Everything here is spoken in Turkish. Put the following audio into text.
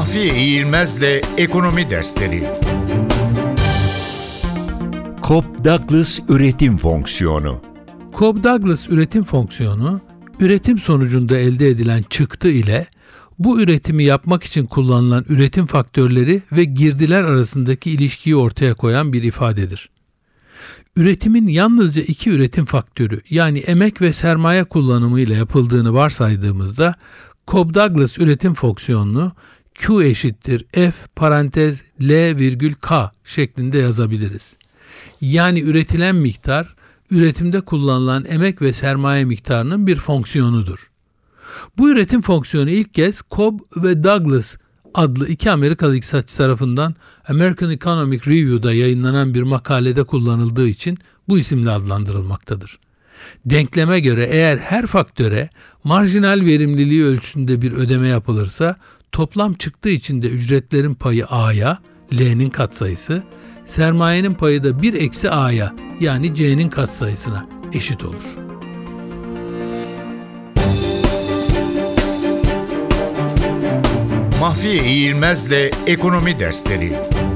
Mahfiye İğilmez'le Ekonomi Dersleri. Cobb-Douglas üretim fonksiyonu. Cobb-Douglas üretim fonksiyonu, üretim sonucunda elde edilen çıktı ile bu üretimi yapmak için kullanılan üretim faktörleri ve girdiler arasındaki ilişkiyi ortaya koyan bir ifadedir. Üretimin yalnızca iki üretim faktörü yani emek ve sermaye kullanımıyla yapıldığını varsaydığımızda Cobb-Douglas üretim fonksiyonunu Q eşittir F parantez L virgül K şeklinde yazabiliriz. Yani üretilen miktar, üretimde kullanılan emek ve sermaye miktarının bir fonksiyonudur. Bu üretim fonksiyonu ilk kez Cobb ve Douglas adlı iki Amerikalı iktisatçı tarafından American Economic Review'da yayınlanan bir makalede kullanıldığı için bu isimle adlandırılmaktadır. Denkleme göre eğer her faktöre marjinal verimliliği ölçüsünde bir ödeme yapılırsa toplam çıktı içinde ücretlerin payı A'ya, L'nin katsayısı, sermayenin payı da 1 eksi A'ya yani C'nin katsayısına eşit olur. Mahfiye İğilmez'le Ekonomi Dersleri.